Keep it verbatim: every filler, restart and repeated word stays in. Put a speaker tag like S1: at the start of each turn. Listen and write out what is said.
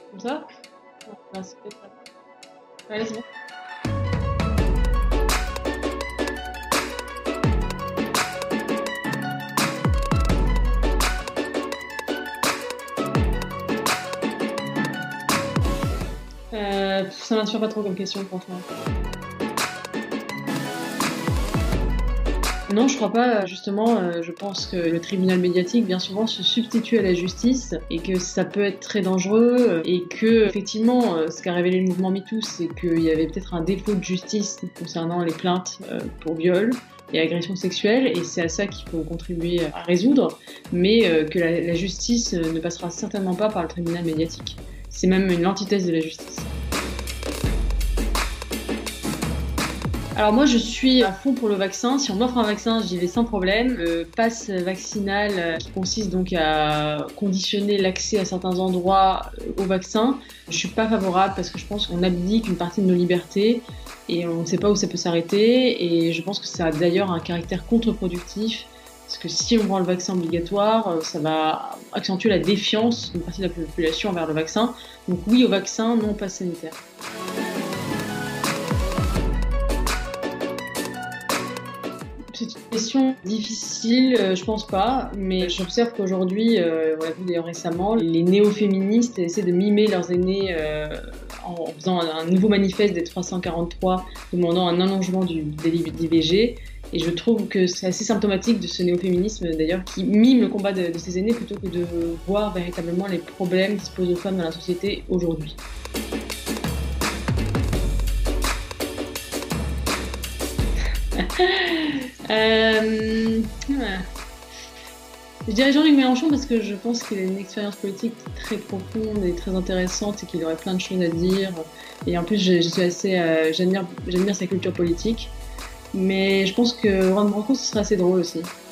S1: Comme ça? Ah, c'est peut-être pas- Ouais, c'est bon. Euh, pff, ça m'inspire pas trop comme question, franchement. Non, je crois pas. Justement, euh, je pense que le tribunal médiatique, bien souvent, se substitue à la justice et que ça peut être très dangereux et que, effectivement, euh, ce qu'a révélé le mouvement MeToo, c'est qu'il y avait peut-être un défaut de justice concernant les plaintes euh, pour viol et agression sexuelle, et c'est à ça qu'il faut contribuer à résoudre, mais euh, que la, la justice euh, ne passera certainement pas par le tribunal médiatique. C'est même une antithèse de la justice. Alors moi, je suis à fond pour le vaccin. Si on m'offre un vaccin, j'y vais sans problème. Le pass vaccinal, euh, qui consiste donc à conditionner l'accès à certains endroits euh, au vaccin, je suis pas favorable parce que je pense qu'on abdique une partie de nos libertés et on ne sait pas où ça peut s'arrêter. Et je pense que ça a d'ailleurs un caractère contre-productif parce que si on rend le vaccin obligatoire, euh, ça va accentuer la défiance d'une partie de la population envers le vaccin. Donc oui au vaccin, non au pass sanitaire. C'est une question difficile, euh, je pense pas, mais j'observe qu'aujourd'hui, euh, on l'a vu d'ailleurs récemment, les néo-féministes essaient de mimer leurs aînés euh, en faisant un, un nouveau manifeste des trois cent quarante-trois demandant un allongement du délai d'I V G. Et je trouve que c'est assez symptomatique de ce néo-féminisme d'ailleurs qui mime le combat de, de ses aînés plutôt que de voir véritablement les problèmes qui se posent aux femmes dans la société aujourd'hui. Euh, ouais. Je dirais Jean-Luc Mélenchon parce que je pense qu'il a une expérience politique très profonde et très intéressante et qu'il aurait plein de choses à dire. Et en plus, je, je suis assez, euh, j'admire, j'admire sa culture politique. Mais je pense que Laurent Branco, ce serait assez drôle aussi.